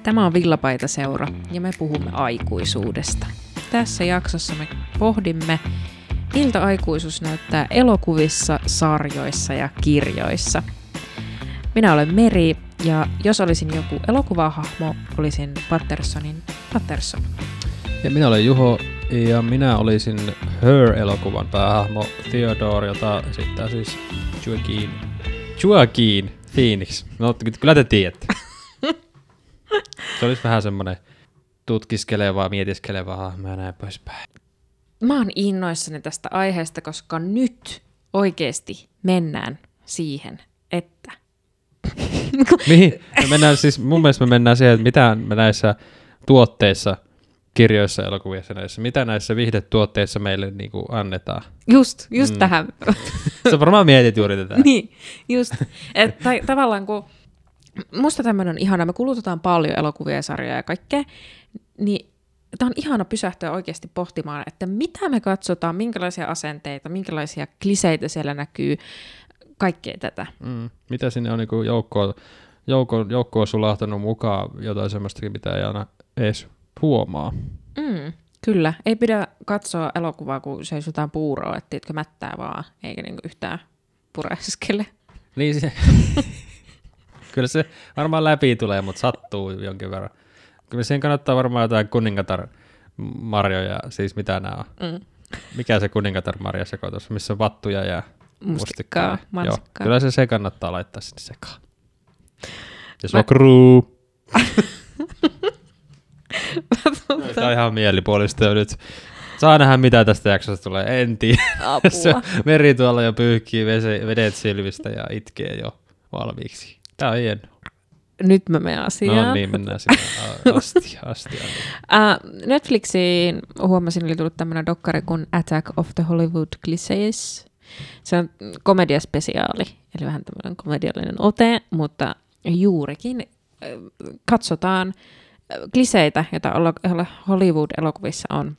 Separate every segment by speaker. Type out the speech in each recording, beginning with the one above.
Speaker 1: Tämä on Villapaitaseura ja me puhumme aikuisuudesta. Tässä jaksossa me pohdimme, miltä aikuisuus näyttää elokuvissa, sarjoissa ja kirjoissa. Minä olen Meri ja jos olisin joku elokuvahahmo, olisin Pattersonin Patterson.
Speaker 2: Ja minä olen Juho ja minä olisin Her-elokuvan päähahmo Theodore, jota esittää siis Joaquin Phoenix. No kyllä te tiedätte. Se olisi vähän semmoinen tutkiskeleva, mietiskeleva hahmo ja näin poispäin.
Speaker 1: Mä oon innoissani tästä aiheesta, koska nyt oikeesti mennään siihen, että...
Speaker 2: Mihin? Mun mielestä me mennään siihen, että mitä me näissä tuotteissa, kirjoissa, elokuvissa näissä, mitä näissä viihdetuotteissa meille niin kuin annetaan.
Speaker 1: Just tähän.
Speaker 2: Sä varmaan mietit juuri tätä.
Speaker 1: Niin, just. Tavallaan kun musta tämmöinen on ihana, me kulutetaan paljon elokuvia ja sarjoja ja kaikkea, niin tämä on ihana pysähtyä oikeasti pohtimaan, että mitä me katsotaan, minkälaisia asenteita, minkälaisia kliseitä siellä näkyy, kaikkea tätä.
Speaker 2: Mitä sinne on niin joukkoon sulahtanut mukaan, jotain semmoistakin, mitä ei aina edes huomaa.
Speaker 1: Kyllä, ei pidä katsoa elokuvaa, kun se jotain puuroa, että tiedätkö, mättää vaan, eikä niinku yhtään pureskele.
Speaker 2: Niin se... Kyllä se varmaan läpi tulee, mutta sattuu jonkin verran. Kyllä siihen kannattaa varmaan jotain kuningatar-marjoja, siis mitä nämä on. Mikä se kuningatar-marjasekoitus, missä on vattuja ja mustikkaa. Joo, kyllä se kannattaa laittaa sinne sekaan. Ja sokruu. Tämä on ihan mielipuolista jo nyt. Saa nähdä, mitä tästä jaksosta tulee. En tiedä. Meri tuolla jo pyyhkii vedet silmistä ja itkee jo valmiiksi. Tämä on hieno.
Speaker 1: Nyt mä menen asiaan.
Speaker 2: No niin, mennään sinne asti.
Speaker 1: Netflixiin huomasin, oli tullut tämmöinen dokkari kuin Attack of the Hollywood Clichés. Se on komediaspesiaali, eli vähän tämmöinen komediallinen ote, mutta juurikin katsotaan kliseitä, joita Hollywood-elokuvissa on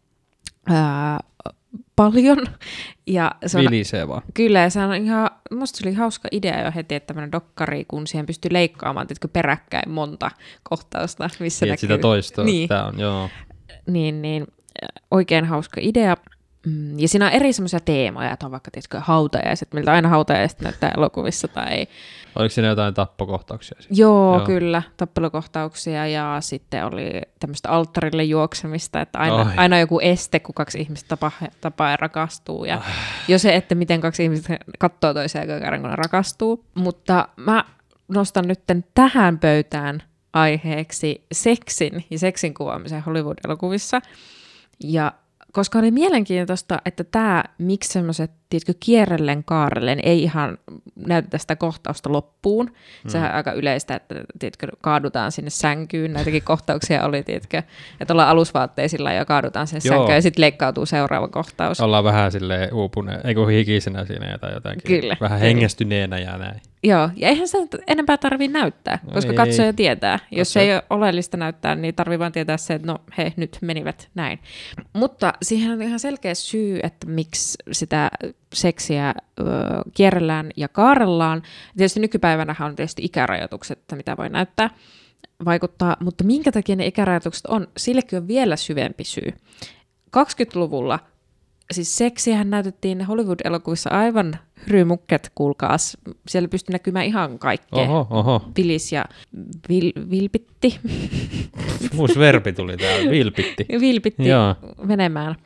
Speaker 1: paljon. Ja se on,
Speaker 2: vilisee vaan.
Speaker 1: Kyllä, ja se on ihan, musta se oli hauska idea jo heti, että tämmöinen dokkari, kun siihen pystyy leikkaamaan, tiedätkö, peräkkäin monta kohtausta, missä näkyy.
Speaker 2: Sitä toistoa,
Speaker 1: niin.
Speaker 2: Tämä on, joo.
Speaker 1: Niin, oikein hauska idea. Ja siinä on eri semmoisia teemoja, että on vaikka, tiedätkö, hautajaiset, miltä aina hautajaiset näyttää elokuvissa tai...
Speaker 2: Oliko siinä jotain tappokohtauksia?
Speaker 1: Joo, kyllä, tappelukohtauksia ja sitten oli tämmöistä alttarille juoksemista, että aina on joku este, kun kaksi ihmistä tapaa ja rakastuu. Ja jo se, että miten kaksi ihmistä katsoo toiseen kerran, kun ne rakastuu. Mutta mä nostan nyt tähän pöytään aiheeksi seksin ja seksin kuvaamisen Hollywood-elokuvissa. Ja koska oli mielenkiintoista, että miksi semmoiset, tiedätkö, kierrellen kaarellen ei ihan näytetä sitä kohtausta loppuun. Sehän on aika yleistä, että tiedätkö, kaadutaan sinne sänkyyn. Näitäkin kohtauksia oli, tiedätkö, että ollaan alusvaatteisilla ja kaadutaan sinne sänkyyn ja sitten leikkautuu seuraava kohtaus.
Speaker 2: Ollaan vähän silleen uupuneen, eikö hikisenä siinä tai jotakin.
Speaker 1: Kyllä.
Speaker 2: Vähän hengästyneenä ja näin.
Speaker 1: Joo, ja eihän sitä enempää tarvitse näyttää, koska katsoja tietää. Jos ei ole oleellista näyttää, niin tarvii vaan tietää se, että no he nyt menivät näin. Mutta siihen on ihan selkeä syy, että miksi sitä seksiä kierrellään ja kaarellaan. Tietysti nykypäivänähän on tietysti ikärajoitukset, että mitä voi näyttää, vaikuttaa, mutta minkä takia ne ikärajoitukset on, sillekin on vielä syvempi syy. 20-luvulla siis seksiähän näytettiin Hollywood-elokuvissa aivan hyrymuket, kuulkaas. Siellä pystyi näkymään ihan kaikkea.
Speaker 2: Oho.
Speaker 1: Vilis ja vilpitti.
Speaker 2: Uusi verbi tuli täällä, vilpitti.
Speaker 1: Vilpitti menemään.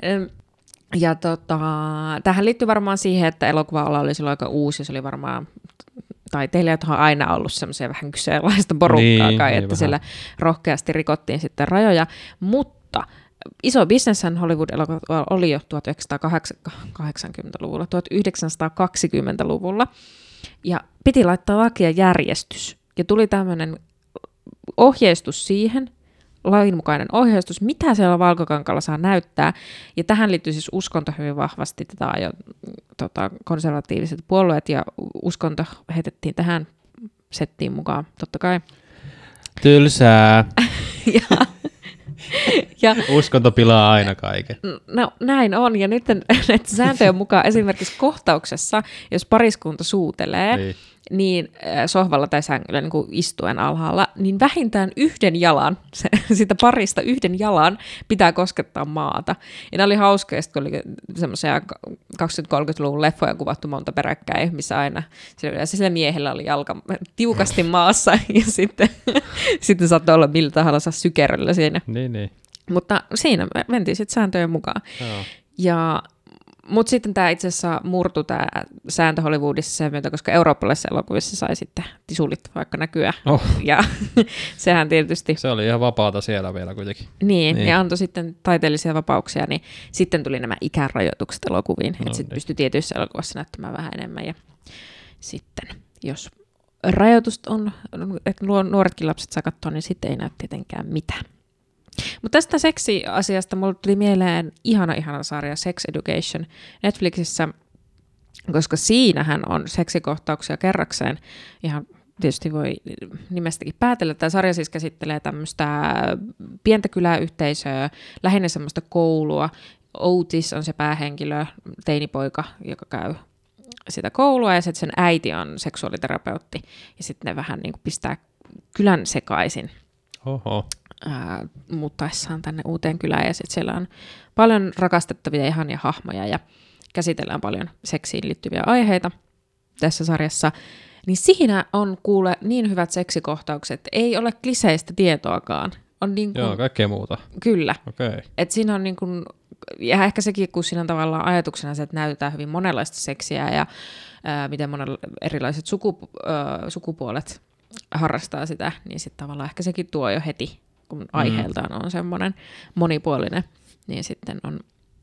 Speaker 1: Ja tähän liittyy varmaan siihen, että elokuva-ala oli silloin aika uusi, ja se oli varmaan taiteilijat on aina ollut semmoisia vähän kyseenalaista porukkaa kai, että vähän. Siellä rohkeasti rikottiin sitten rajoja, mutta iso bisneshän Hollywood-elokuva oli jo 1980-luvulla, 1920-luvulla, ja piti laittaa laki ja järjestys, ja tuli tämmöinen ohjeistus siihen, lainmukainen ohjeistus, mitä siellä valkokankalla saa näyttää, ja tähän liittyy siis uskonto hyvin vahvasti, tätä ajoi konservatiiviset puolueet, ja uskonto heitettiin tähän settiin mukaan, totta kai.
Speaker 2: Tylsää.
Speaker 1: Ja,
Speaker 2: uskonto pilaa aina kaiken.
Speaker 1: No näin on, ja nyt sääntöjen mukaan esimerkiksi kohtauksessa, jos pariskunta suutelee, niin sohvalla tai sängyllä niin kuin istuen alhaalla, niin vähintään yhden jalan, sitä parista yhden jalan pitää koskettaa maata. Ja nämä oli hauskoja, kun oli semmoisia 20-30-luvun leffoja kuvattu monta peräkkäin, missä aina sillä miehellä oli jalka tiukasti maassa ja sitten saattoi olla millä tahansa sykeröllä siinä.
Speaker 2: Niin.
Speaker 1: Mutta siinä mentiin sitten sääntöjen mukaan.
Speaker 2: Joo.
Speaker 1: Mutta sitten tämä itse asiassa murtui tämä sääntö Hollywoodissa sen myötä, koska eurooppalaisissa elokuvissa sai sitten tisulit vaikka näkyä. Ja sehän tietysti...
Speaker 2: Se oli ihan vapaata siellä vielä kuitenkin.
Speaker 1: Niin. Ja antoi sitten taiteellisia vapauksia, niin sitten tuli nämä ikärajoitukset elokuviin. Että sitten pystyi tietyissä elokuvassa näyttämään vähän enemmän. Ja sitten, jos rajoitust on, että nuoretkin lapset saa katsoa, niin sitten ei näy tietenkään mitään. Mutta tästä seksiasiasta mulle tuli mieleen ihana sarja Sex Education Netflixissä, koska siinähän on seksikohtauksia kerrakseen. Ihan tietysti voi nimestäkin päätellä. Tämä sarja siis käsittelee tämmöistä pientä kyläyhteisöä, lähinnä semmoista koulua. Otis on se päähenkilö, teinipoika, joka käy sitä koulua, ja sitten sen äiti on seksuaaliterapeutti, ja sitten ne vähän niin kuin pistää kylän sekaisin.
Speaker 2: Oho.
Speaker 1: Muuttaessaan tänne uuteen kylään, ja sitten siellä on paljon rakastettavia ihania hahmoja ja käsitellään paljon seksiin liittyviä aiheita tässä sarjassa, niin siinä on kuule niin hyvät seksikohtaukset, ei ole kliseistä tietoakaan. On niin kuin,
Speaker 2: joo, kaikkea muuta.
Speaker 1: Kyllä.
Speaker 2: Okay.
Speaker 1: Et siinä on niin kuin, ja ehkä sekin, kun siinä on tavallaan ajatuksena se, että näytetään hyvin monenlaista seksiä ja miten erilaiset sukupuolet harrastaa sitä, niin sitten tavallaan ehkä sekin tuo jo heti, kun aiheeltaan on semmoinen monipuolinen, niin sitten on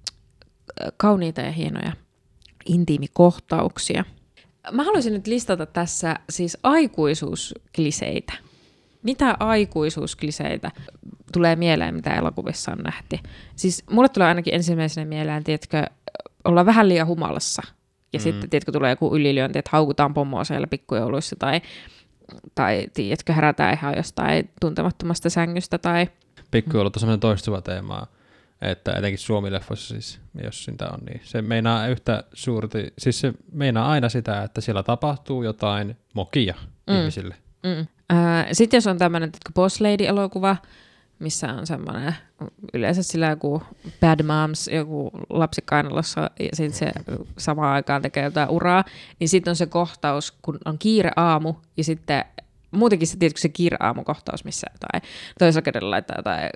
Speaker 1: kauniita ja hienoja intiimikohtauksia. Mä haluaisin nyt listata tässä siis aikuisuuskliseitä. Mitä aikuisuuskliseitä tulee mieleen, mitä elokuvissa on nähty? Siis mulle tulee ainakin ensimmäisenä mieleen, tiedätkö, olla vähän liian humalassa. Ja sitten, tiedätkö, tulee joku ylilyönti, että haukutaan pommoa siellä pikkujouluissa tai tiedätkö, herätään ihan jostain tuntemattomasta sängystä.
Speaker 2: Pikkujoulut on sellainen toistuva teema, että etenkin Suomi-leffoissa siis, jos sitä on, niin se meinaa yhtä suurti, siis se meinaa aina sitä, että siellä tapahtuu jotain mokia ihmisille.
Speaker 1: Sitten jos on tämmöinen Boss Lady-elokuva, missä on semmoinen, yleensä sillä joku Bad Moms, joku lapsi kainalossa, ja sitten se samaan aikaan tekee jotain uraa, niin sitten on se kohtaus, kun on kiire aamu, ja sitten muutenkin se, tiedätkö, se kiire aamukohtaus, missä jotain toisella kädellä laittaa jotain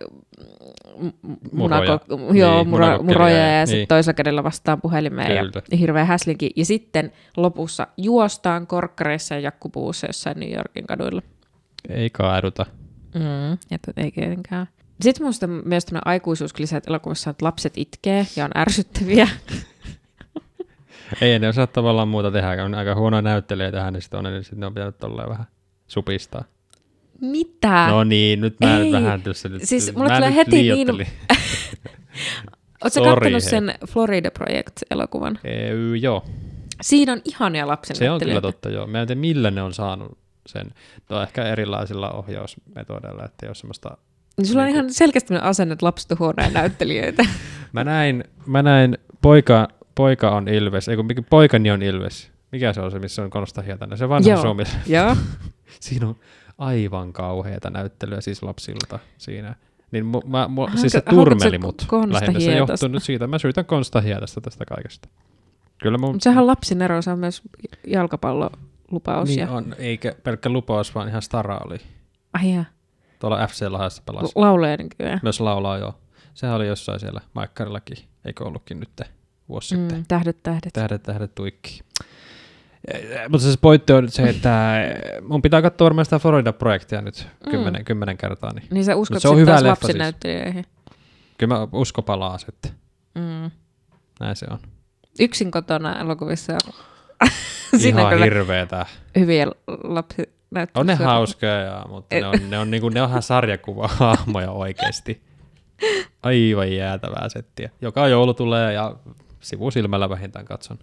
Speaker 1: muroja ja sitten toisella kädellä vastaan puhelimeen ja hirveä häslinki. Ja sitten lopussa juostaan korkkareissa ja jakkupuussa jossain New Yorkin kaduilla.
Speaker 2: Ei kaaduta.
Speaker 1: Ei tietenkään. Sitten minusta myös tämmöinen aikuisuuskliseet elokuvissa, että lapset itkee ja on ärsyttäviä.
Speaker 2: Ei ne osaa tavallaan muuta tehdä. On aika huonoa näyttelijä tähän, niin sitten ne on pitänyt tolleen vähän supistaa.
Speaker 1: Mitä?
Speaker 2: No niin, nyt mä nyt vähän tässä nyt.
Speaker 1: Siis mulle tulee heti niin... Ootko kattonut sen Florida Project-elokuvan?
Speaker 2: Joo.
Speaker 1: Siinä on ihania lapsennäyttelijöitä.
Speaker 2: Se on kyllä totta, joo. Mä en tiedä, millä ne on saanut sen. Tuo on ehkä erilaisilla ohjausmetodeilla, että ei ole semmoista...
Speaker 1: Niin sulla on ihan selkeästi asenne, että lapset on huonoja näyttelijöitä.
Speaker 2: Mä näin poika on Ilves, ei kun poikani on Ilves. Mikä se on se, missä on Konsta Hietanen? Se vanha Suomi.
Speaker 1: Joo.
Speaker 2: Siinä on aivan kauheata näyttelyä siis lapsilta siinä. Niin siis se turmeli mut lähinnä. Se johtuu nyt siitä. Mä syytän Konsta Hietasta tästä kaikesta. Kyllä
Speaker 1: sehän on lapsinero, se on myös jalkapallolupaus.
Speaker 2: Niin on, eikä pelkkä lupaus, vaan ihan stara oli.
Speaker 1: Ai jaa.
Speaker 2: Tuolla FC Lahdessa pelasi.
Speaker 1: Laulaja nykyään.
Speaker 2: Myös laulaa, joo. Sehän oli jossain siellä Maikkarillakin, eikö ollutkin nyt vuosi sitten. Tähdet tuikki. Mutta se pointti on nyt se, että mun pitää katsoa varmaan sitä Florida-projektia nyt 10 kertaa.
Speaker 1: Niin sä uskot sitten taas lapsinäyttelijöihin?
Speaker 2: Kyllä mä usko palaa sitten. Näin se on.
Speaker 1: Yksin kotona elokuvissa
Speaker 2: ihan hirveetä.
Speaker 1: Hyviä lapsinäyttelijöitä.
Speaker 2: On ne hauskoja, mutta ne on ihan sarjakuva-hahmoja oikeasti. Aivan jäätävää settiä. Joka joulu tulee ja sivusilmällä vähintään katson.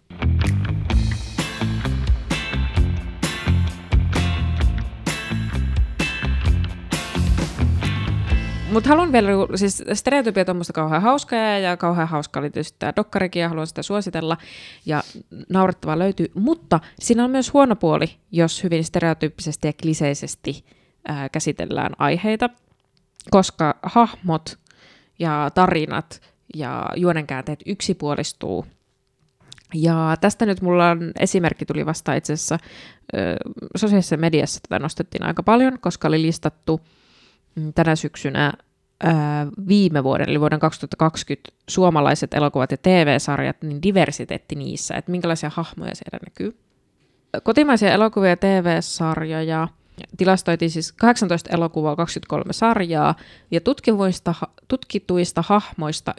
Speaker 1: Mutta haluan vielä, siis Stereotypiat on musta kauhean hauskaa ja kauhean hauska oli tietysti tämä dokkarikin ja haluan sitä suositella ja naurettavaa löytyy, mutta siinä on myös huono puoli, jos hyvin stereotyyppisesti ja kliseisesti käsitellään aiheita, koska hahmot ja tarinat ja juonenkäänteet yksipuolistuu. Ja tästä nyt mulla on esimerkki tuli vasta itse asiassa sosiaalisessa mediassa tätä nostettiin aika paljon, koska oli listattu tänä syksynä viime vuoden, eli vuoden 2020 suomalaiset elokuvat ja TV-sarjat, niin diversiteetti niissä, että minkälaisia hahmoja siellä näkyy. Kotimaisia elokuvia ja TV-sarjoja tilastoitiin siis 18 elokuvaa, 23 sarjaa, ja tutkituista hahmoista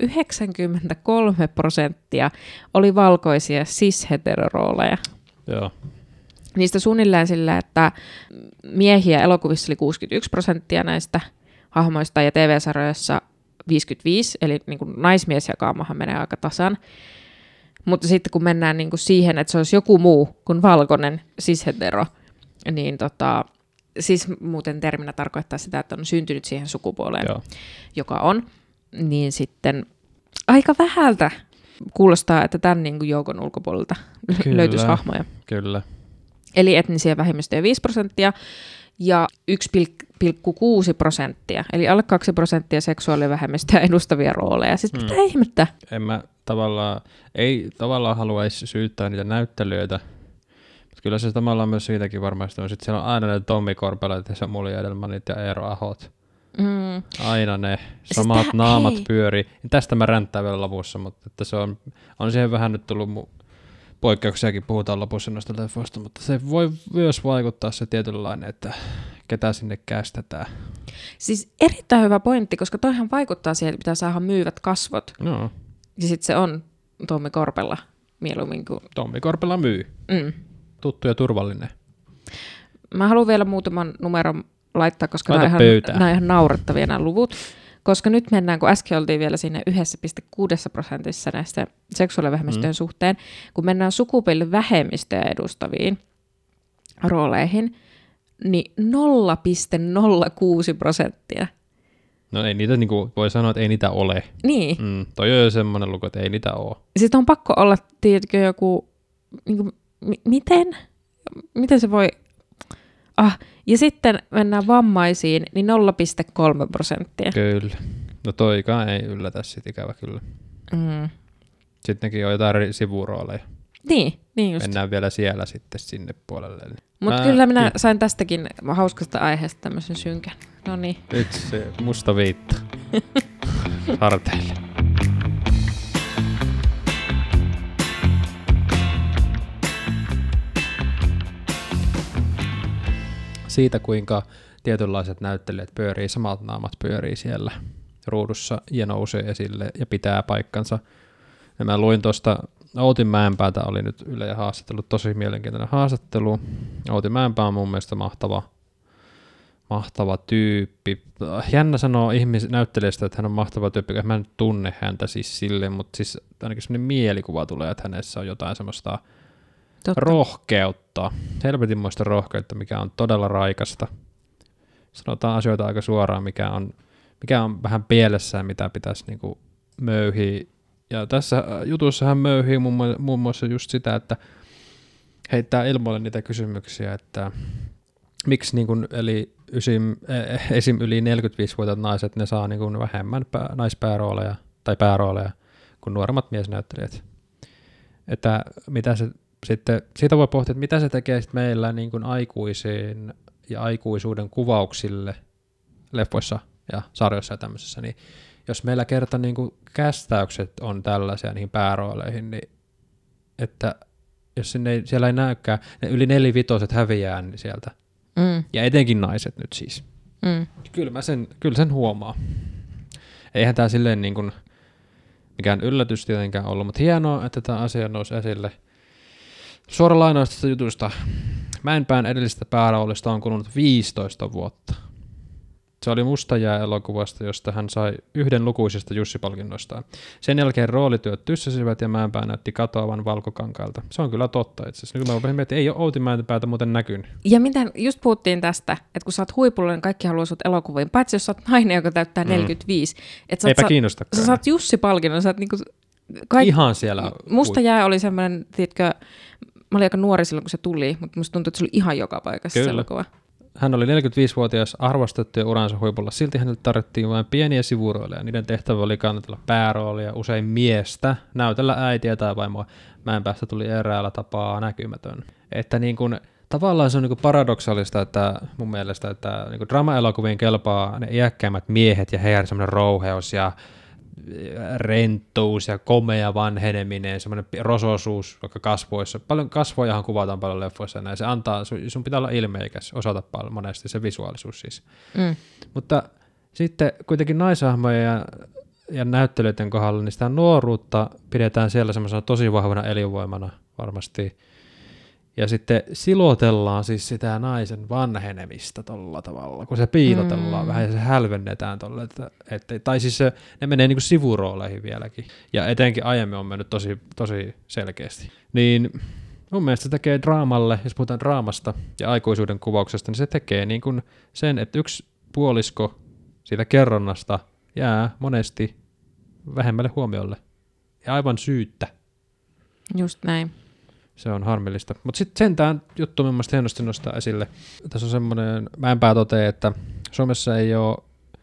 Speaker 1: 93% oli valkoisia cis-heterorooleja.
Speaker 2: Joo.
Speaker 1: Niistä suunnilleen sillä, että miehiä elokuvissa oli 61% näistä hahmoista ja TV-sarjoissa 55%, eli niin kuin naismiesjakaamahan menee aika tasan. Mutta sitten kun mennään niin kuin siihen, että se olisi joku muu kuin valkoinen cis-hetero, niin siis muuten terminä tarkoittaa sitä, että on syntynyt siihen sukupuoleen, Joo. joka on, niin sitten aika vähältä kuulostaa, että tämän niin kuin joukon ulkopuolelta löytyisi hahmoja.
Speaker 2: Kyllä.
Speaker 1: Eli etnisiä vähemmistöjä 5% ja 1,6%, eli alle 2% seksuaalivähemmistöjä edustavia rooleja. Siis mitä ihmettä?
Speaker 2: Ei tavallaan haluaisi syyttää niitä näyttelijöitä, mutta kyllä se tavallaan myös siitäkin varmasti on. Sitten siellä on aina ne Tommi Korpelat ja Samuli Edelmanit ja Eero Ahot. Aina ne samat naamat pyörii. Tästä mä ränttään vielä lopussa, mutta että se on siihen vähän nyt tullut poikkeuksiakin puhutaan lopussa noista leffoista, mutta se voi myös vaikuttaa se tietynlainen, että ketä sinne kästetään.
Speaker 1: Siis erittäin hyvä pointti, koska toihan vaikuttaa siihen, että pitää saada myyvät kasvot.
Speaker 2: No.
Speaker 1: Ja sitten se on Tommi Korpela mieluummin kuin...
Speaker 2: Tommi Korpela myy. Tuttu ja turvallinen.
Speaker 1: Mä haluan vielä muutaman numeron laittaa, koska nämä on ihan naurettavia nämä luvut. Koska nyt mennään, kun äsken oltiin vielä siinä 1,6% näistä seksuaalivähemmistöjen suhteen, kun mennään sukupuolivähemmistöjä edustaviin rooleihin, niin 0,06%.
Speaker 2: No ei niitä, niin kuin voi sanoa, että ei niitä ole.
Speaker 1: Niin.
Speaker 2: Toi on jo semmoinen luku, että ei niitä ole.
Speaker 1: Sitten on pakko olla, tiedätkö, joku, niin kuin, miten se voi... ja sitten mennään vammaisiin, niin 0,3%.
Speaker 2: Kyllä. No toikaan ei yllätä sit ikävä kyllä. Sittenkin on jotain sivurooleja.
Speaker 1: Niin just.
Speaker 2: Mennään vielä siellä sitten sinne puolelle.
Speaker 1: Mutta kyllä minä sain tästäkin hauskasta aiheesta tämmöisen synkän. No niin.
Speaker 2: Nyt se musta viitta. Harteille. Siitä, kuinka tietynlaiset näyttelijät pyörii, samat naamat pyörii siellä ruudussa ja nousee esille ja pitää paikkansa. Ja mä luin tuosta Outi Mäenpäätä, oli nyt Yle haastattelu, tosi mielenkiintoinen haastattelu. Outi Mäenpää on mun mielestä mahtava tyyppi. Jännä sanoo näyttelijästä, että hän on mahtava tyyppi, koska mä en tunne häntä siis silleen, mutta siis ainakin semmoinen mielikuva tulee, että hänessä on jotain semmoista rohkeutta, helvetinmoista rohkeutta, mikä on todella raikasta. Sanotaan asioita aika suoraan, mikä on vähän pielessään, mitä pitäisi niinku möyhiä. Ja tässä jutussa hän möyhii muun muassa just sitä, että heittää ilmoille niitä kysymyksiä, että miksi niin kun, eli esim. Yli 45-vuotiaat naiset, ne saa niin kun vähemmän naispäärooleja tai päärooleja kuin nuoremmat miesnäyttelijät. Että mitä se sitten, siitä voi pohtia, että mitä se tekee sitten meillä niin kuin aikuisiin ja aikuisuuden kuvauksille leffoissa ja sarjoissa ja tämmöisessä, niin jos meillä kerta niin kuin kästäykset on tällaisia niihin päärooleihin, niin että jos siellä ei näykään, ne yli 4/5 häviää niin sieltä. Ja etenkin naiset nyt siis. Kyllä sen huomaa. Eihän tämä silleen niin kuin mikään yllätys tietenkään ollut, mutta hienoa, että tämä asia nousi esille. Suora lainaus tästä jutusta. Mäenpään edellisestä pääroolista on kulunut 15 vuotta. Se oli Mustajää-elokuvasta, josta hän sai yhden lukuisista Jussi-palkinnoistaan. Sen jälkeen roolityöt tyssäsivät ja Mäenpää näytti katoavan valkokankailta. Se on kyllä totta itse asiassa. Nyt mä rupesin miettimään, ei ole Outi Mäenpäätä muuten näkynyt.
Speaker 1: Ja miten, just puhuttiin tästä, että kun sä oot huipulla, niin kaikki haluaa sut elokuviin, paitsi jos sä oot nainen, joka täyttää 45.
Speaker 2: Eipä kiinnostakaan.
Speaker 1: Sä saat Jussi-palkinnon, sä oot niinku...
Speaker 2: Ihan siellä...
Speaker 1: Mustajää oli semmoinen, tiedätkö, mä olin aika nuori silloin, kun se tuli, mutta musta tuntui, että se oli ihan joka paikassa se elokuva.
Speaker 2: Hän oli 45-vuotias arvostettu ja uransa huipulla. Silti hänelle tarvittiin vain pieniä sivurooleja. Niiden tehtävä oli kannatella pääroolia, usein miestä, näytellä äitiä tai vaimoa. Mäenpäästä tuli eräällä tapaa näkymätön. Että niin kuin, tavallaan se on niin kuin paradoksaalista, että mun mielestä, että niin kuin drama-elokuviin kelpaa ne iäkkäimmät miehet ja heidän semmoinen rouheus ja rentous ja komea vanheneminen, semmoinen rososuus vaikka kasvoissa. Paljon kasvojahan kuvataan paljon leffoissa ja näin. Se antaa, sun pitää olla ilmeikäs, osata paljon monesti se visuaalisuus siis. Mutta sitten kuitenkin naishahmoja ja näyttelyiden kohdalla, niin sitä nuoruutta pidetään siellä semmoisena tosi vahvana elinvoimana varmasti. Ja sitten silotellaan siis sitä naisen vanhenemista tolla tavalla, kun se piilotellaan vähän ja se hälvennetään tolle, tai siis ne menee niinku sivurooleihin vieläkin. Ja etenkin aiemmin on mennyt tosi selkeästi. Niin mun mielestä se tekee draamalle, jos puhutaan draamasta ja aikuisuuden kuvauksesta, niin se tekee niin kuin sen, että yksi puolisko siitä kerronnasta jää monesti vähemmälle huomiolle. Ja aivan syyttä.
Speaker 1: Just näin.
Speaker 2: Se on harmillista. Mutta sitten sentään juttu mun mielestä hienosti nostaa esille. Tässä on semmoinen, Mäenpää toteaa, että Suomessa ei ole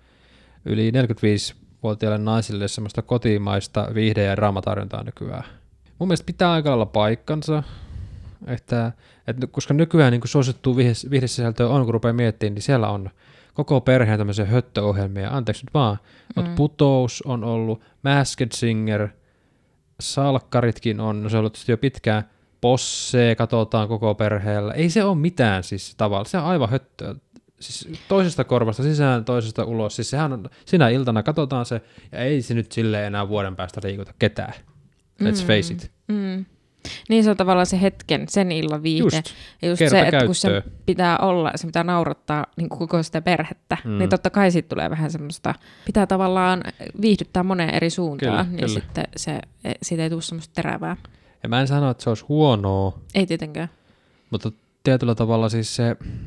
Speaker 2: yli 45-vuotiaille naisille semmoista kotimaista viihde- ja draamatarjontaa nykyään. Mun mielestä pitää aika lailla paikkansa, että koska nykyään niin suosittuu viihdesisältöä on, kun rupeaa miettimään, niin siellä on koko perheen tämmöisiä höttöohjelmia. Anteeksi nyt vaan, mutta Putous on ollut, Masked Singer, Salkkaritkin on, no se on ollut jo pitkään, Posse katsotaan koko perheellä. Ei se ole mitään siis tavallaan. Se on aivan höttöä. Siis toisesta korvasta sisään, toisesta ulos. Siis sehän on, sinä iltana katsotaan se, ja ei se nyt silleen enää vuoden päästä liikuta ketään. Let's face it.
Speaker 1: Niin se on tavallaan se hetken, sen illan viihde. Ja just se, että kun se pitää olla, se pitää naurattaa niin koko sitä perhettä, niin totta kai siitä tulee vähän semmoista, pitää tavallaan viihdyttää moneen eri suuntaan, niin kyllä. Sitten siitä ei tule semmoista terävää.
Speaker 2: Ja mä en sano, että se olisi huonoa.
Speaker 1: Ei tietenkään.
Speaker 2: Mutta tietyllä tavalla siis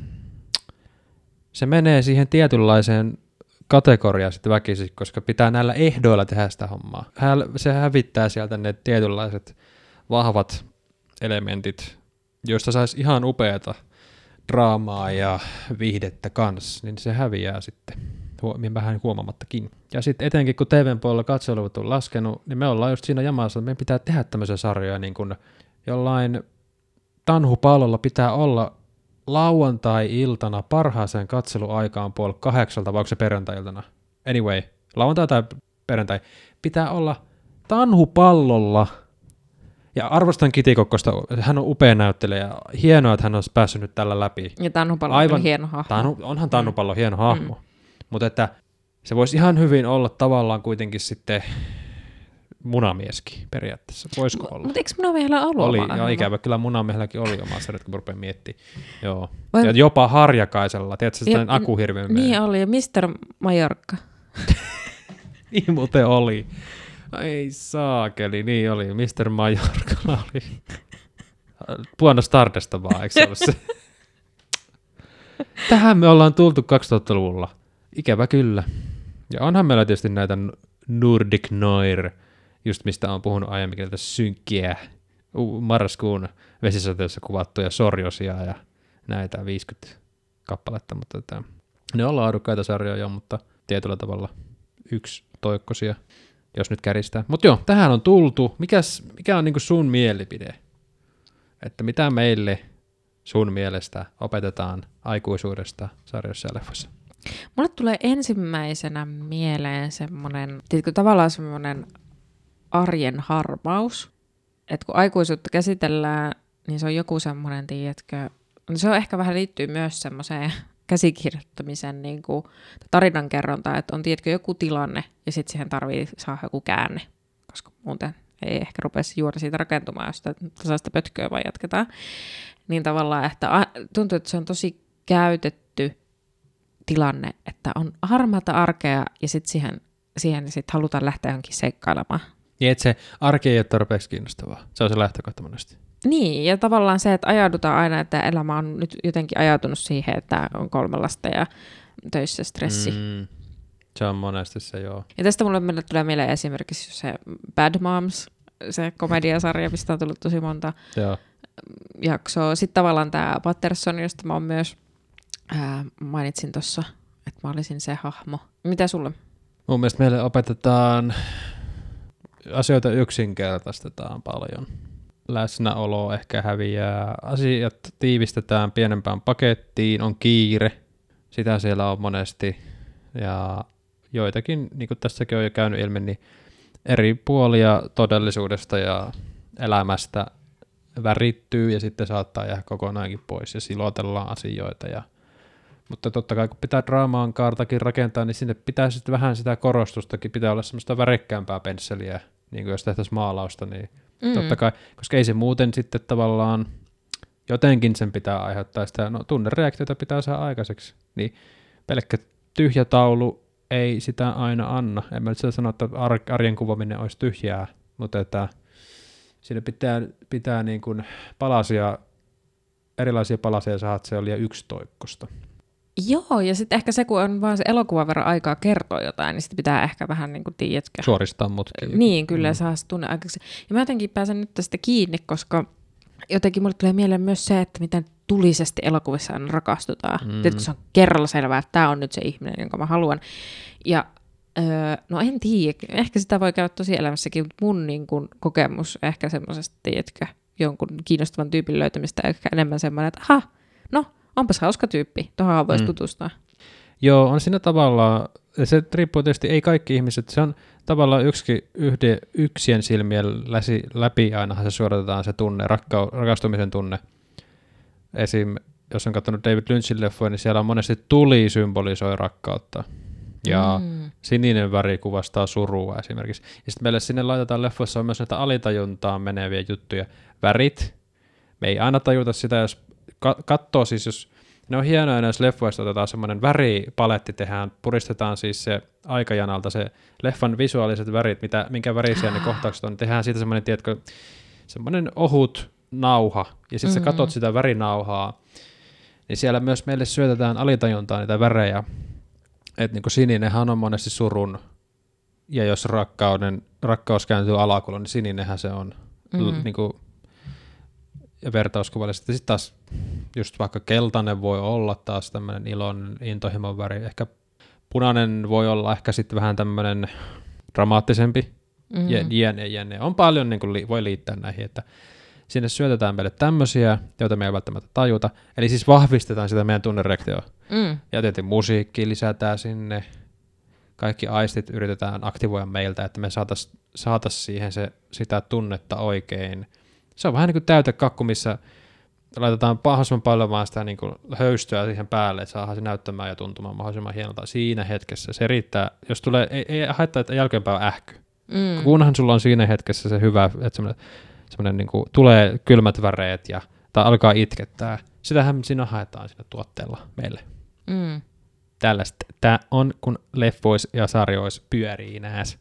Speaker 2: se menee siihen tietynlaiseen kategoriaan sitten väkisin, koska pitää näillä ehdoilla tehdä sitä hommaa. Se hävittää sieltä ne tietynlaiset vahvat elementit, joista saisi ihan upeata draamaa ja viihdettä kanssa, niin se häviää sitten vähän huomaamattakin. Ja sitten etenkin kun TVn puolella katseluvut on laskenut, niin me ollaan just siinä jamassa, että meidän pitää tehdä tämmöisiä sarjoja, niin kuin jollain Tanhupallolla pitää olla lauantai-iltana parhaaseen katseluaikaan 7:30, vai onko se perjantai-iltana? Anyway, lauantai tai perjantai pitää olla Tanhupallolla. Ja arvostan Kiti Kokkosta, hän on upea näyttelijä, hienoa, että hän on päässyt nyt tällä läpi.
Speaker 1: Ja Tanhupallo on hieno hahmo.
Speaker 2: Onhan Tanhupallo hieno hahmo, mutta että se voisi ihan hyvin olla tavallaan kuitenkin sitten munamieskin periaatteessa. Voisiko olla?
Speaker 1: Mutta eikö munamiehellä ollut?
Speaker 2: Oli, ja ikävä kyllä munamiehelläkin oli oma sarjat, kun rupeaa miettimään. Joo. Ja jopa Harjakaisella, tiedätkö sitä akuhirviön meidän?
Speaker 1: Niin oli, ja Mr. Majorkka.
Speaker 2: Niin muuten oli. Ei saakeli, niin oli. Mr. Majorka oli. Buona Stardesta vaan, eikö se ole se? Tähän me ollaan tultu 2000-luvulla. Ikävä kyllä. Ja onhan meillä tietysti näitä Nordic Noir, just mistä on puhunut aiemminkin, näitä synkkiä marraskuun vesisateessa kuvattuja sorjosia ja näitä 50 kappaletta. Mutta ne on laadukkaita sarjoja, mutta tietyllä tavalla yksi toikkosia. Jos nyt käristää. Mutta joo, tähän on tultu. Mikä on niinku sun mielipide? Että mitä meille sun mielestä opetetaan aikuisuudesta sarjoissa ja leffoissa?
Speaker 1: Mulle tulee ensimmäisenä mieleen semmoinen, tavallaan semmoinen arjen harmaus. Että kun aikuisuutta käsitellään, niin se on joku semmoinen, tiedätkö, se on ehkä vähän liittyy myös semmoiseen käsikirjoittamisen niin kuin tarinankerrontaan, että on tiedätkö joku tilanne ja sitten siihen tarvii saada joku käänne, koska muuten ei ehkä rupesi juuri siitä rakentumaan, jos sitä tasaista pötköä vaan jatketaan. Niin tavallaan, että tuntuu, että se on tosi käytetty tilanne, että on harmaata arkea ja sitten siihen sit halutaan lähteä johonkin seikkailemaan.
Speaker 2: Niin, että se arki ei ole tarpeeksi kiinnostavaa. Se on se lähtökohta monesti.
Speaker 1: Niin, ja tavallaan se, että ajaudutaan aina, että elämä on nyt jotenkin ajautunut siihen, että on 3 lasta ja töissä stressi.
Speaker 2: Se on monesti se, joo.
Speaker 1: Ja tästä mulle tulee mieleen esimerkiksi se Bad Moms, se komediasarja, mistä on tullut tosi monta jaksoa. Sitten tavallaan tämä Patterson, josta mä myös mainitsin tuossa, että mä olisin se hahmo. Mitä sulle?
Speaker 2: Mun mielestä meille opetetaan asioita yksinkertaistetaan paljon. Läsnäolo ehkä häviää, asiat tiivistetään pienempään pakettiin, on kiire, sitä siellä on monesti. Ja joitakin, niin kuin tässäkin on jo käynyt ilmi, niin eri puolia todellisuudesta ja elämästä värittyy ja sitten saattaa jäädä kokonaankin pois ja silotellaan asioita. Mutta totta kai kun pitää draamaan kaartakin rakentaa, niin sinne pitää sitten vähän sitä korostustakin, pitää olla semmoista värikkäämpää pensseliä, niin kuin jos tehtäisiin maalausta, niin totta kai, koska ei se muuten sitten tavallaan, jotenkin sen pitää aiheuttaa sitä, tunnereaktiota pitää saada aikaiseksi, niin pelkkä tyhjä taulu ei sitä aina anna. En mä nyt sano, että arjen kuvaaminen olisi tyhjää, mutta että siinä pitää niin kuin erilaisia palasia saada, että se on liian yksitoikkosta. Joo,
Speaker 1: ja sitten ehkä se, kun on vaan se elokuvan verran aikaa kertoa jotain, niin sitten pitää ehkä vähän niin kuin, tiedätkö?
Speaker 2: Suoristaa mutkin.
Speaker 1: Niin, kyllä saa se tunne aikaksi. Ja mä jotenkin pääsen nyt tästä kiinni, koska jotenkin mulle tulee mieleen myös se, että miten tulisesti elokuvissa aina rakastutaan. Tiedätkö, se on kerralla selvää, että tämä on nyt se ihminen, jonka mä haluan. Ja no en tiedä, ehkä sitä voi käydä tosi elämässäkin, mutta mun niin kun, kokemus ehkä semmoisesta, tiedätkö, jonkun kiinnostavan tyypin löytämistä, ehkä enemmän semmoinen, että onpas hauska tyyppi, tuohon voisi tutustua.
Speaker 2: Joo, on siinä tavallaan, se riippuu tietysti, ei kaikki ihmiset, se on tavallaan yksien silmien läpi ainahan se suodatetaan se tunne, rakastumisen tunne. Esim. Jos on katsonut David Lynchin leffoja, niin siellä on monesti tuli symbolisoi rakkautta. Ja sininen väri kuvastaa surua esimerkiksi. Ja sitten meille sinne laitetaan leffoissa on myös näitä alitajuntaan meneviä juttuja. Värit, me ei aina tajuta sitä, jos katsoo siis, jos ne on hienoja näissä leffoissa, otetaan semmoinen väripaletti, puristetaan siis se aikajanalta se leffan visuaaliset värit, minkä värisiä ne kohtaukset on, tehdään siitä semmoinen, tiedätkö, semmoinen ohut nauha, ja sitten sä katot sitä värinauhaa, niin siellä myös meille syötetään alitajuntaan niitä värejä, että niin kuin sininenhän on monesti surun, ja jos rakkaus kääntyy alakuloon, niin sininenhän se on niin kuin, ja vertauskuvallisesti. Sitten taas just vaikka keltainen voi olla taas tämmöinen ilon intohimon väri, ehkä punainen voi olla ehkä sitten vähän tämmöinen dramaattisempi, jne. On paljon, niin kuin voi liittää näihin, että sinne syötetään meille tämmöisiä, joita me ei välttämättä tajuta, eli siis vahvistetaan sitä meidän tunnereaktioa. Ja tietysti musiikki lisätään sinne, kaikki aistit yritetään aktivoida meiltä, että me saataisiin siihen sitä tunnetta oikein. Se on vähän niin kuin täytekakku, missä laitetaan mahdollisimman paljon vaan sitä niin kuin höystöä siihen päälle, että saadaan se näyttämään ja tuntumaan mahdollisimman hienolta siinä hetkessä. Se riittää, jos tulee, ei haittaa, että jälkeenpäin on ähky. Kunhan sulla on siinä hetkessä se hyvä, että semmoinen niin kuin tulee kylmät väreet tai alkaa itkettää. Sitähän siinä haetaan siinä tuotteella meille. Tällaista. Tämä on, kun leffois ja sarjois pyörii nääs.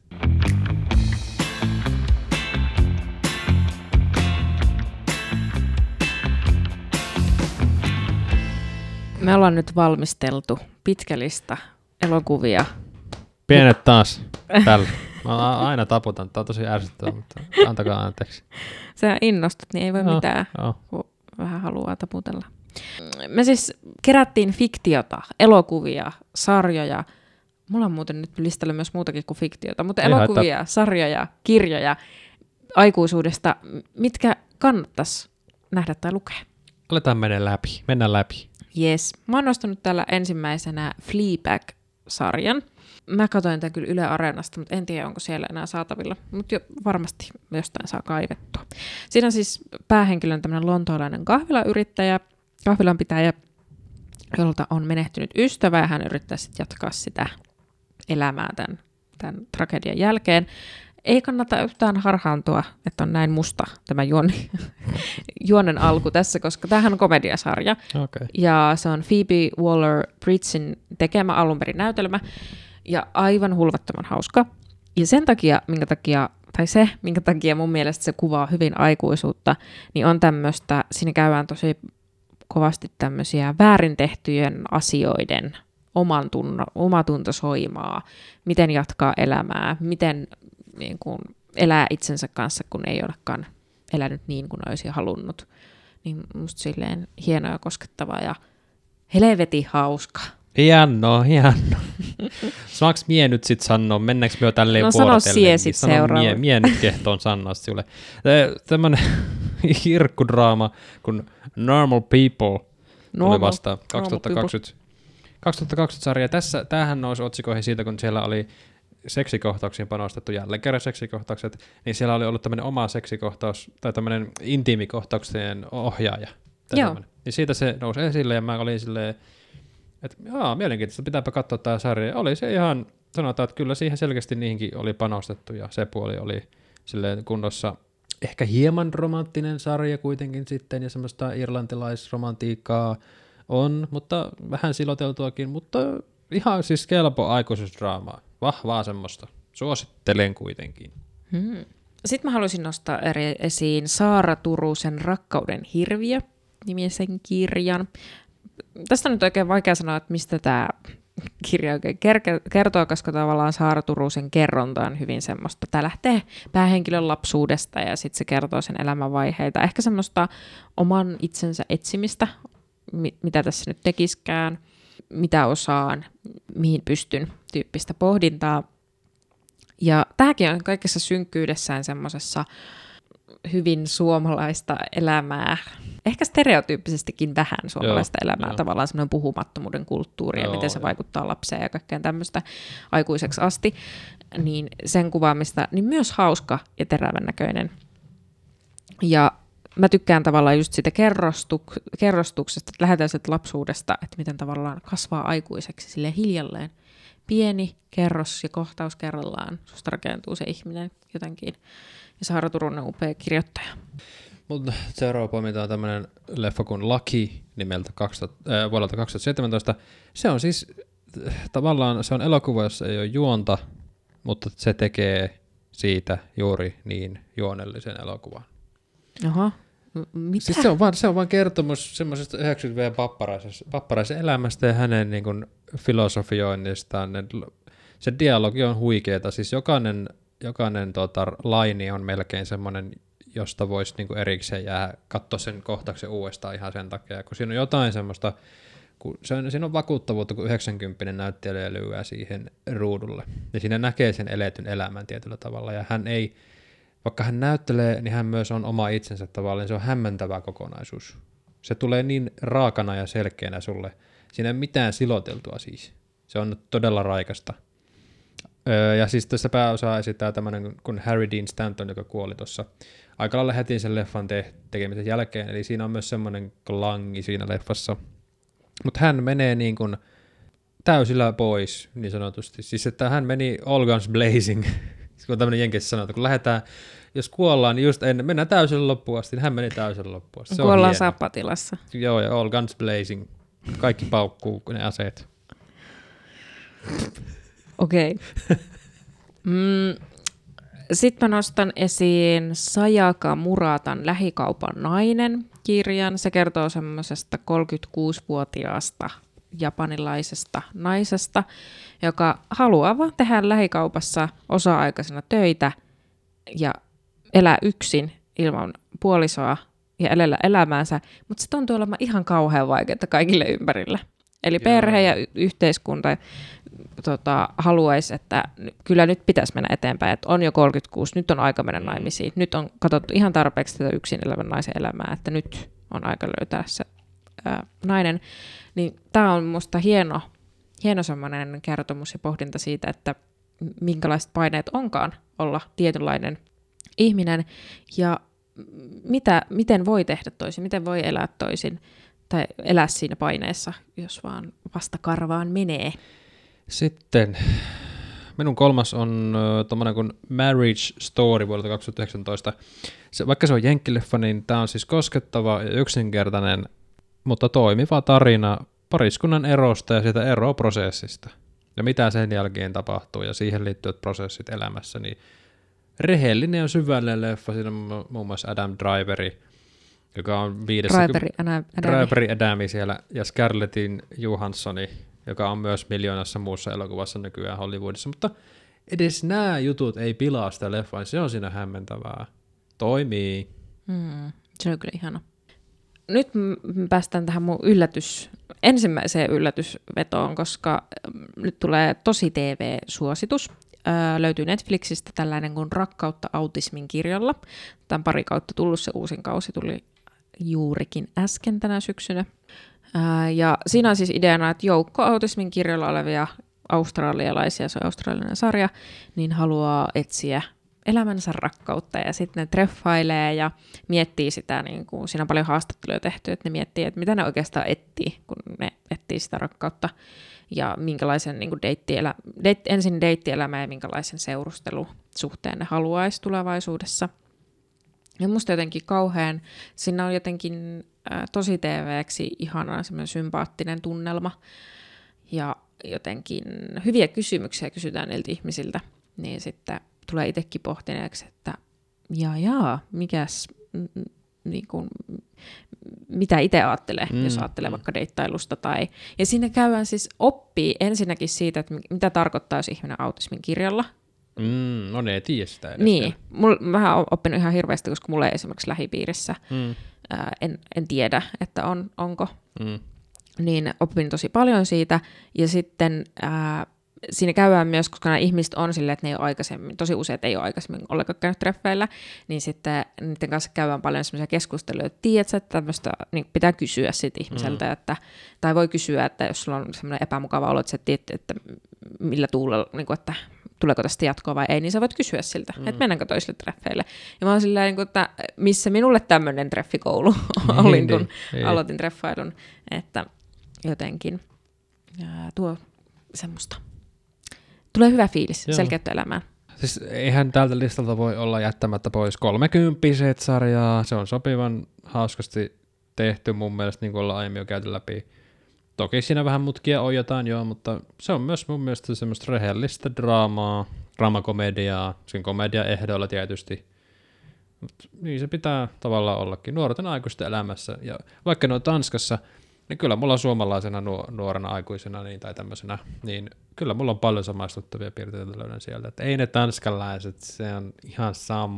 Speaker 1: Me ollaan nyt valmisteltu pitkä lista elokuvia.
Speaker 2: Pienet taas tällä. Mä aina taputan. Tämä on tosi ärsyttävää, mutta antakaa anteeksi.
Speaker 1: Sä innostut, niin ei voi mitään, kun vähän haluaa taputella. Me siis kerättiin fiktiota, elokuvia, sarjoja. Mulla on muuten nyt listalla myös muutakin kuin fiktiota, mutta elokuvia, sarjoja, kirjoja aikuisuudesta, mitkä kannattaisi nähdä tai lukea.
Speaker 2: Aletaan mennä läpi.
Speaker 1: Yes. Mä oon nostanut täällä ensimmäisenä Fleabag-sarjan. Mä katsoin tämän kyllä Yle Areenasta, mutta en tiedä, onko siellä enää saatavilla. Mutta varmasti jostain saa kaivettua. Siinä on siis päähenkilön tämmöinen lontoolainen kahvilanpitäjä, jolta on menehtynyt ystävä, ja hän yrittää sitten jatkaa sitä elämää tämän tragedian jälkeen. Ei kannata yhtään harhaantua, että on näin musta tämä juonen alku tässä, koska tämähän on komediasarja.
Speaker 2: Okay.
Speaker 1: Ja se on Phoebe Waller-Bridgesin tekemä alunperin näytelmä ja aivan hulvattoman hauska. Ja sen takia, minkä takia mun mielestä se kuvaa hyvin aikuisuutta, niin on tämmöistä, siinä käydään tosi kovasti tämmöisiä väärin tehtyjen asioiden omatunto soimaa, miten jatkaa elämää, miten niin kuin, elää itsensä kanssa, kun ei olekaan elänyt niin kuin olisi halunnut. Niin musta silleen hienoa ja koskettavaa ja helvetin hauska.
Speaker 2: Hieno. Saanko mie nyt sit sanoa, mennäänkö me jo tälleen vuorotellen?
Speaker 1: Sano sie sit seuraava.
Speaker 2: Mie nyt kehtoon sanoa sinulle. Tämmönen hirkkudraama kun Normal People tuli vasta 2020 sarja. Tämähän nousi otsikoihin siitä, kun siellä oli seksikohtauksiin panostettu jälleen kerran seksikohtaukset, niin siellä oli ollut tämmöinen oma seksikohtaus tai tämmöinen intiimikohtauksien ohjaaja. Ja siitä se nousi esille ja mä olin silleen, että mielenkiintoista, pitääpä katsoa tämä sarja. Oli se ihan, sanotaan, että kyllä siihen selkeästi niihinkin oli panostettu ja se puoli oli silleen kunnossa. Ehkä hieman romanttinen sarja kuitenkin sitten ja semmoista irlantilaisromantiikkaa on, mutta vähän siloteltuakin, mutta ihan siis kelpo aikuisuusdraamaa. Vahvaa semmoista. Suosittelen kuitenkin.
Speaker 1: Sitten mä haluaisin nostaa esiin Saara Turusen Rakkauden hirviö -nimisen kirjan. Tästä on nyt oikein vaikea sanoa, että mistä tämä kirja oikein kertoo, koska tavallaan Saara Turusen kerronta on hyvin semmoista. Tämä lähtee päähenkilön lapsuudesta ja sitten se kertoo sen elämänvaiheita. Ehkä semmoista oman itsensä etsimistä, mitä tässä nyt tekiskään, mitä osaan, mihin pystyn tyyppistä pohdintaa. Ja tämäkin on kaikessa synkkyydessään semmoisessa hyvin suomalaista elämää, ehkä stereotyyppisestikin vähän suomalaista elämää, tavallaan semmoinen puhumattomuuden kulttuuri ja miten se vaikuttaa lapseen ja kaikkeen tämmöistä aikuiseksi asti, niin sen kuvaamista, niin myös hauska ja terävän näköinen. Ja mä tykkään tavallaan just siitä kerrostuksesta, että lähdetään sieltä lapsuudesta, että miten tavallaan kasvaa aikuiseksi silleen hiljalleen. Pieni kerros ja kohtaus kerrallaan, susta rakentuu se ihminen jotenkin. Ja Saara Turunen upea kirjoittaja.
Speaker 2: Mutta seuraava poiminta on tämmöinen leffa kuin Lucky nimeltä vuodelta 2017. Se on siis tavallaan se on elokuva, jossa ei ole juonta, mutta se tekee siitä juuri niin juonellisen elokuvan.
Speaker 1: Aha. Mitä?
Speaker 2: Siis se on vaan kertomus semmoisesta 90-luvun papparaisen elämästä ja hänen niin kuin filosofioinnistaan. Se dialogi on huikeeta. Siis jokainen laini on melkein semmoinen, josta voisi niin kuin erikseen jäädä katsoa sen kohtauksen uudestaan ihan sen takia, kun siinä on jotain semmoista, siinä on vakuuttavuutta, kun 90 näyttelijä lyöää siihen ruudulle. Ja siinä näkee sen eletyn elämän tietyllä tavalla. Ja hän ei, vaikka hän näyttelee, niin hän myös on oma itsensä tavallaan. Se on hämmentävä kokonaisuus. Se tulee niin raakana ja selkeänä sulle. Siinä ei ole mitään siloteltua siis. Se on todella raikasta. Ja siis tässä pääosaa esittää tämmöinen kuin Harry Dean Stanton, joka kuoli tuossa aika lailla heti sen leffan tekemisen jälkeen. Eli siinä on myös semmoinen klangi siinä leffassa. Mutta hän menee niin kuin täysillä pois, niin sanotusti. Siis että hän meni all guns blazing, kun tämmöinen jenkeissä sanotaan, kun lähdetään, jos kuollaan, niin just ennen, mennään täysillä loppuun asti, niin hän meni täysillä loppuun asti.
Speaker 1: Kuollaan sappatilassa.
Speaker 2: Joo, ja all guns blazing. Kaikki paukkuu ne aseet.
Speaker 1: Okei. Sitten mä nostan esiin Sayaka Muratan Lähikaupan nainen -kirjan. Se kertoo semmoisesta 36-vuotiaasta japanilaisesta naisesta, joka haluaa vaan tehdä lähikaupassa osa-aikaisena töitä ja elää yksin ilman puolisoa ja elellä elämäänsä, mutta se tuntuu olemaan ihan kauhean vaikeaa kaikille ympärillä. Eli perhe ja yhteiskunta haluaisi, että kyllä nyt pitäisi mennä eteenpäin, että on jo 36, nyt on aika mennä naimisiin. Nyt on katsottu ihan tarpeeksi tätä yksin elävän naisen elämää, että nyt on aika löytää se nainen. Niin tämä on minusta hieno semmoinen kertomus ja pohdinta siitä, että minkälaiset paineet onkaan olla tietynlainen ihminen ja miten voi tehdä toisin, miten voi elää toisin tai elää siinä paineessa, jos vaan vastakarvaan menee.
Speaker 2: Sitten Minun kolmas on tommonen kuin Marriage Story vuodelta 2019. Vaikka se on jenkkileffa, niin tämä on siis koskettava ja yksinkertainen, mutta toimiva tarina pariskunnan erosta ja siitä eroprosessista. Ja mitä sen jälkeen tapahtuu ja siihen liittyvät prosessit elämässä, niin rehellinen ja syvällinen leffa. Siinä on muun muassa Adam Driveri, joka on Driveri Adami siellä, ja Scarlettin Johanssoni, joka on myös miljoonassa muussa elokuvassa nykyään Hollywoodissa, mutta edes nämä jutut ei pilaa sitä leffaa, se on siinä hämmentävää. Toimii.
Speaker 1: Se on kyllä ihana. Nyt päästään tähän mun ensimmäiseen yllätysvetoon, koska nyt tulee tosi TV-suositus. Löytyy Netflixistä tällainen kuin Rakkautta autismin kirjalla. Tämä on pari kautta tullut, se uusin kausi tuli juurikin äsken tänä syksynä. Ja siinä on siis ideana, että joukko autismin kirjoilla olevia australialaisia, se on australialainen sarja, niin haluaa etsiä elämänsä rakkautta ja sitten ne treffailee ja miettii sitä, niin kuin siinä on paljon haastatteluja tehty, että ne miettii, että mitä ne oikeastaan etsii, kun ne etsii sitä rakkautta ja minkälaisen niin kuin ensin deittielämä ja minkälaisen seurustelusuhteen ne haluaisi tulevaisuudessa. Ja musta jotenkin kauhean, siinä on jotenkin tosi TV-ksi ihana semmoinen sympaattinen tunnelma ja jotenkin hyviä kysymyksiä kysytään niiltä ihmisiltä, niin sitten tulee itsekin pohtineeksi, että mikäs, niin kuin, mitä itse ajattelee, jos ajattelee vaikka deittailusta. Ja siinä käydään siis oppii ensinnäkin siitä, että mitä tarkoittaa, jos ihminen autismin kirjalla.
Speaker 2: No ne ei tiedä sitä edes.
Speaker 1: Niin, mä oon oppinut ihan hirveästi, koska mulla ei esimerkiksi lähipiirissä, en tiedä, että onko. Niin opin tosi paljon siitä, ja sitten siinä käydään myös, koska nämä ihmiset on silleen, että ne ei ole aikaisemmin, tosi useat ei ole aikaisemmin ollenkaan käynyt treffeillä, niin sitten niiden kanssa käydään paljon semmoisia keskusteluja, että tiedätkö, että tämmöistä niin pitää kysyä siitä ihmiseltä, tai voi kysyä, että jos sulla on semmoinen epämukava olo, että sä tiedät, että millä tuulella, niin kuin, että tuleeko tästä jatkoa vai ei, niin sä voit kysyä siltä, että mennäänkö toisille treffeille. Ja mä oon silleen, että missä minulle tämmöinen treffikoulu olin, kun aloitin treffailun, että jotenkin tuo semmoista. Tulee hyvä fiilis, selkeyttä elämään.
Speaker 2: Siis eihän tältä listalta voi olla jättämättä pois 30-sarjaa. Se on sopivan hauskasti tehty mun mielestä, niin kuin ollaan aiemmin jo käyty läpi. Toki siinä vähän mutkia on jotain, mutta se on myös mun mielestä semmoista rehellistä draamakomediaa, sen komedian ehdoilla tietysti. Niin se pitää tavallaan ollakin nuorten aikuisten elämässä. Ja vaikka ne on Tanskassa, niin kyllä mulla on suomalaisena nuorena aikuisena niin, tai tämmöisenä, niin kyllä mulla on paljon samaistuttavia piirteitä löydän sieltä. Että ei ne tanskalaiset, se on ihan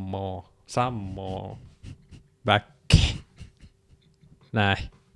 Speaker 2: sammo, väkki. Näin.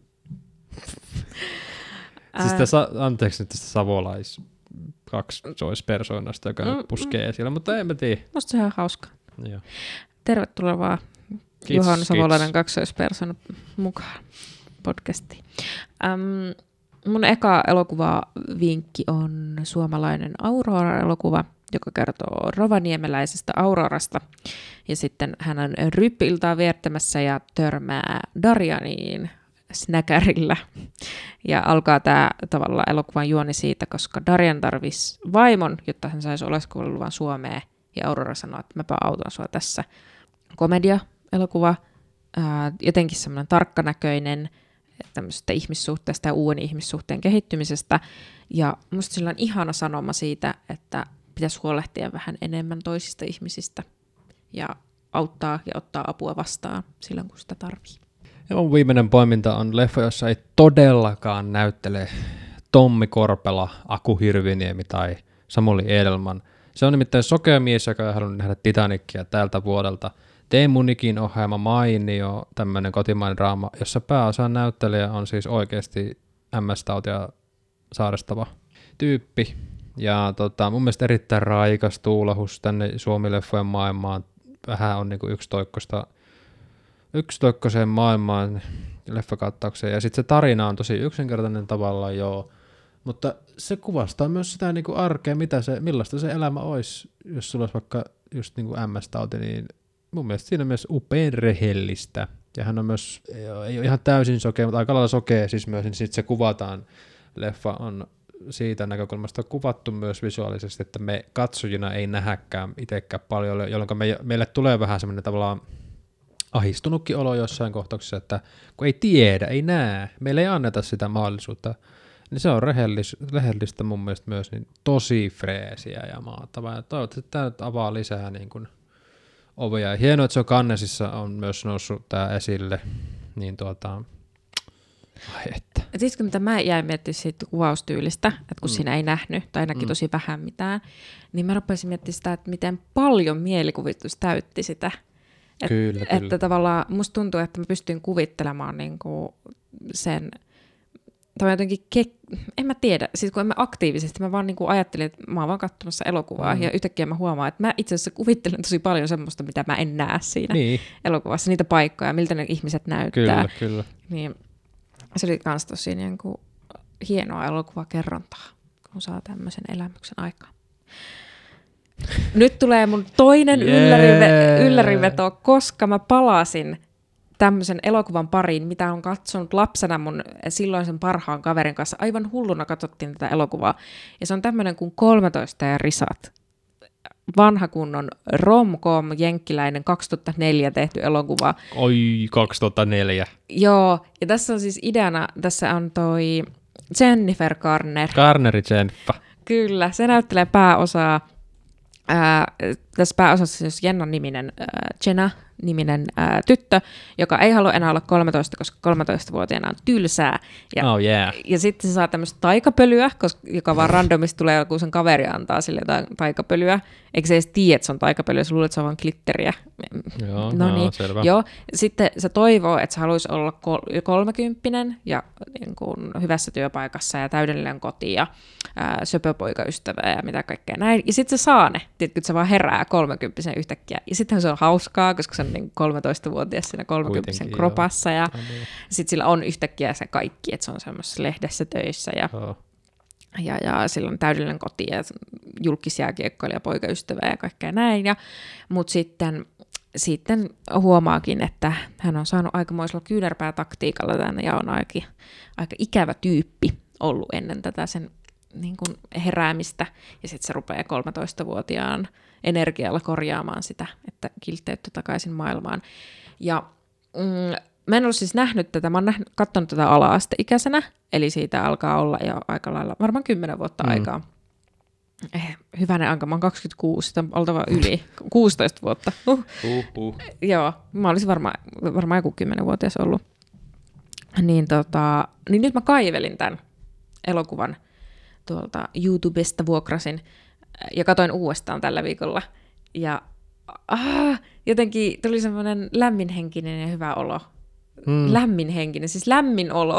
Speaker 2: Siis anteeksi nyt tästä kaksoispersoonasta, joka nyt puskee siellä, mutta en mä tiedä.
Speaker 1: Musta se on hauska.
Speaker 2: Joo.
Speaker 1: Tervetuloa vaan Juhan Savolainen kaksoispersoona mukaan podcastiin. Mun eka elokuvavinkki on suomalainen Aurora-elokuva, joka kertoo rovaniemeläisestä Aurorasta. Ja sitten hän on ryppy-iltaa viettämässä ja törmää Darjaniin snäkärillä. Ja alkaa tämä tavallaan elokuvan juoni siitä, koska Darjan tarvisi vaimon, jotta hän saisi oleskeluluvan Suomeen. Ja Aurora sanoo, että mäpä autan sua tässä. Komedia-elokuva, jotenkin semmoinen tarkkanäköinen, tämmöisestä ihmissuhteesta ja uuden ihmissuhteen kehittymisestä. Ja musta sillä on ihana sanoma siitä, että pitäisi huolehtia vähän enemmän toisista ihmisistä ja auttaa ja ottaa apua vastaan silloin, kun sitä tarvii.
Speaker 2: Ja mun viimeinen poiminta on leffa, jossa ei todellakaan näyttele Tommi Korpela, Aku Hirviniemi tai Samuli Edelman. Se on nimittäin sokea mies, joka ei halunnut nähdä Titanicia tältä vuodelta. Teemu Nikin ohjaama mainio tämmöinen kotimainen draama, jossa pääosan näyttelijä on siis oikeasti MS-tautia sairastava tyyppi. Ja mun mielestä erittäin raikas tuulahus tänne Suomi-leffojen maailmaan. Vähän on niinku yksitoikkoiseen maailmaan leffakattaukseen. Ja sitten se tarina on tosi yksinkertainen tavallaan joo. Mutta se kuvastaa myös sitä niinku arkea, millaista se elämä olisi, jos sulla olisi vaikka just niinku MS-tauti, niin mun mielestä siinä on myös upein rehellistä. Ja hän on myös, ei ole ihan täysin sokea, mutta aika lailla sokea siis myös, niin sitten se kuvataan, leffa on siitä näkökulmasta kuvattu myös visuaalisesti, että me katsojina ei nähäkään itsekään paljon, jolloin meille tulee vähän semmoinen tavallaan ahistunutkin olo jossain kohtauksessa, että kun ei tiedä, ei näe, meille ei anneta sitä mahdollisuutta, niin se on rehellistä mun mielestä myös niin tosi freesiä ja mahtavaa. Ja toivottavasti tämä nyt avaa lisää niin kuin ovea. Ja hienoa, että se on Cannesissa on myös noussut tämä esille, niin
Speaker 1: Tiedätkö, mitä mä jäin miettimään siitä kuvaustyylistä, että kun siinä ei nähnyt tai näki tosi vähän mitään, niin mä rupesin miettimään sitä, että miten paljon mielikuvitus täytti sitä.
Speaker 2: Kyllä.
Speaker 1: Että tavallaan musta tuntuu, että mä pystyin kuvittelemaan niinku sen, tai jotenkin, en mä tiedä, siis kun en mä aktiivisesti, mä vaan niinku ajattelin, että mä oon vaan katsomassa elokuvaa ja yhtäkkiä mä huomaan, että mä itse asiassa kuvittelen tosi paljon semmoista, mitä mä en näe siinä elokuvassa, niitä paikkoja, miltä ne ihmiset näyttää.
Speaker 2: Kyllä.
Speaker 1: Niin, se oli kans tosi niinku hienoa elokuvakerrontaa, kun saa tämmöisen elämyksen aikaan. Nyt tulee mun toinen ylläriveto, koska mä palasin tämmöisen elokuvan pariin, mitä on katsonut lapsena mun silloisen parhaan kaverin kanssa. Aivan hulluna katsottiin tätä elokuvaa. Ja se on tämmöinen kuin 13 ja risat. Vanha kunnon rom-com, jenkkiläinen, 2004 tehty elokuva.
Speaker 2: Oi, 2004.
Speaker 1: Joo, ja tässä on siis ideana, tässä on toi Jennifer Garner.
Speaker 2: Garneri Jennifer.
Speaker 1: Kyllä, se näyttelee pääosaa. Tässä pääosassa siis Jenna-niminen tyttö, joka ei halua enää olla 13, koska 13-vuotiaana on tylsää. Ja sitten se saa tämmöistä taikapölyä, joka vaan randomista tulee, kun sen kaveri antaa sille jotain taikapölyä. Eikä se edes tiedä, että se on taikapölyä, se luulee, että se on vaan glitteriä.
Speaker 2: Selvä.
Speaker 1: Joo. Sitten se toivoo, että se haluaisi olla 30 ja niin kuin hyvässä työpaikassa ja täydellinen koti ja söpöpoikaystävä ja mitä kaikkea näin. Ja sitten se saa ne, tiedätkö, että se vaan herää 30 yhtäkkiä. Ja sittenhän se on hauskaa, koska se on niin 13-vuotias siinä 30 kropassa. Ja sitten sillä on yhtäkkiä se kaikki, että se on semmoisessa lehdessä töissä ja sillä on täydellinen koti ja julkisjääkiekkoilija, poikaystävä ja kaikkea näin. Mutta sitten huomaakin, että hän on saanut aikamoisella kyynärpäätaktiikalla tänne ja on aika ikävä tyyppi ollut ennen tätä sen niin kuin heräämistä. Ja sitten se rupeaa 13-vuotiaan energialla korjaamaan sitä, että kiltteyttä takaisin maailmaan. Ja mä en ollut siis nähnyt tätä, mä oon katsonut tätä ala-asteikäisenä, eli siitä alkaa olla jo aika lailla, varmaan 10 vuotta aikaa. Hyvänen aika, mä oon 26, sitä on oltava yli 16 vuotta. Joo, mä olisin varmaan joku 10-vuotias ollut. Niin nyt mä kaivelin tämän elokuvan tuolta YouTubesta, vuokrasin ja katoin uudestaan tällä viikolla. Ja jotenkin tuli semmoinen lämminhenkinen ja hyvä olo. Lämminhenkinen, siis lämmin olo.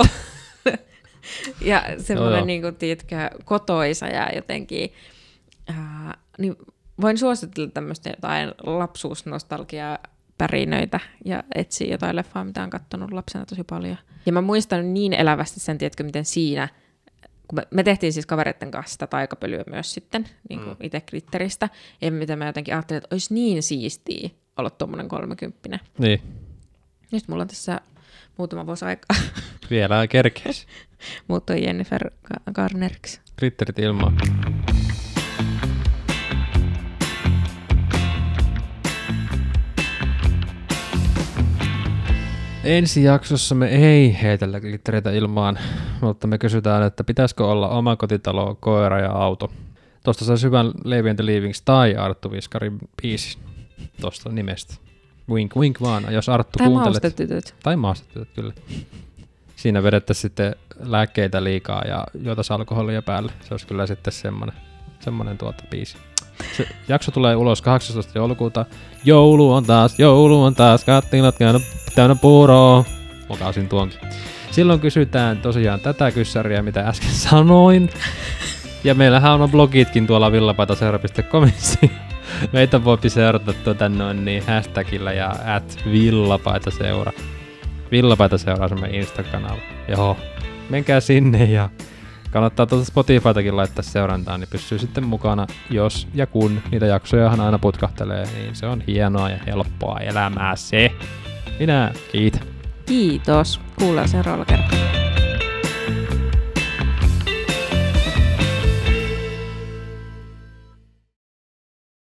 Speaker 1: Ja semmoinen, niin kuin, tiedätkö, kotoisa ja jotenkin, niin voin suositella tämmöistä jotain lapsuusnostalgiaa pärinöitä ja etsiä jotain leffaa, mitä olen katsonut lapsena tosi paljon. Ja mä muistan niin elävästi sen, tiedätkö, miten siinä, kun me tehtiin siis kavereiden kanssa sitä taikapölyä myös sitten, niin kuin itse glitteristä, ja mitä mä jotenkin ajattelin, että olisi niin siistiä olla tuommoinen 30.
Speaker 2: Niin.
Speaker 1: Nyt mulla on tässä muutama vuosi aikaa.
Speaker 2: Vielä kerkeisi.
Speaker 1: Muuttui Jennifer Garneriksi.
Speaker 2: Glitterit ilmaan. Ensi jaksossa me ei heitellä glittereitä ilmaan, mutta me kysytään, että pitäisikö olla oma kotitalo, koira ja auto. Tuosta saisi hyvän Levi and the Leavings tai Arttu Viskarin biisin tuosta nimestä. Wink wink vaan, jos Arttu kuuntelet.
Speaker 1: Maustetytöt.
Speaker 2: Tai maustetytöt, kyllä. Siinä vedettäisiin sitten lääkkeitä liikaa ja juotaisiin alkoholia päälle. Se olisi kyllä sitten semmoinen biisi. Se jakso tulee ulos 18. joulukuuta. Joulu on taas, kattilat täynnä puuroa. Mokaisin tuonkin. Silloin kysytään tosiaan tätä kyssäriä, mitä äsken sanoin. Ja meillähän on blogitkin tuolla villapaitaseura.comissa. Meitä voi seurata hashtagillä ja @villapaitaseura. Villapaitaseura on meidän Insta-kanava. Joo, menkää sinne ja kannattaa Spotifytakin laittaa seurantaan, niin pysyy sitten mukana, jos ja kun niitä jaksojahan aina putkahtelee, niin se on hienoa ja helppoa elämää se. Minä kiitän.
Speaker 1: Kiitos. Kuullaan seuraavalla kertaa.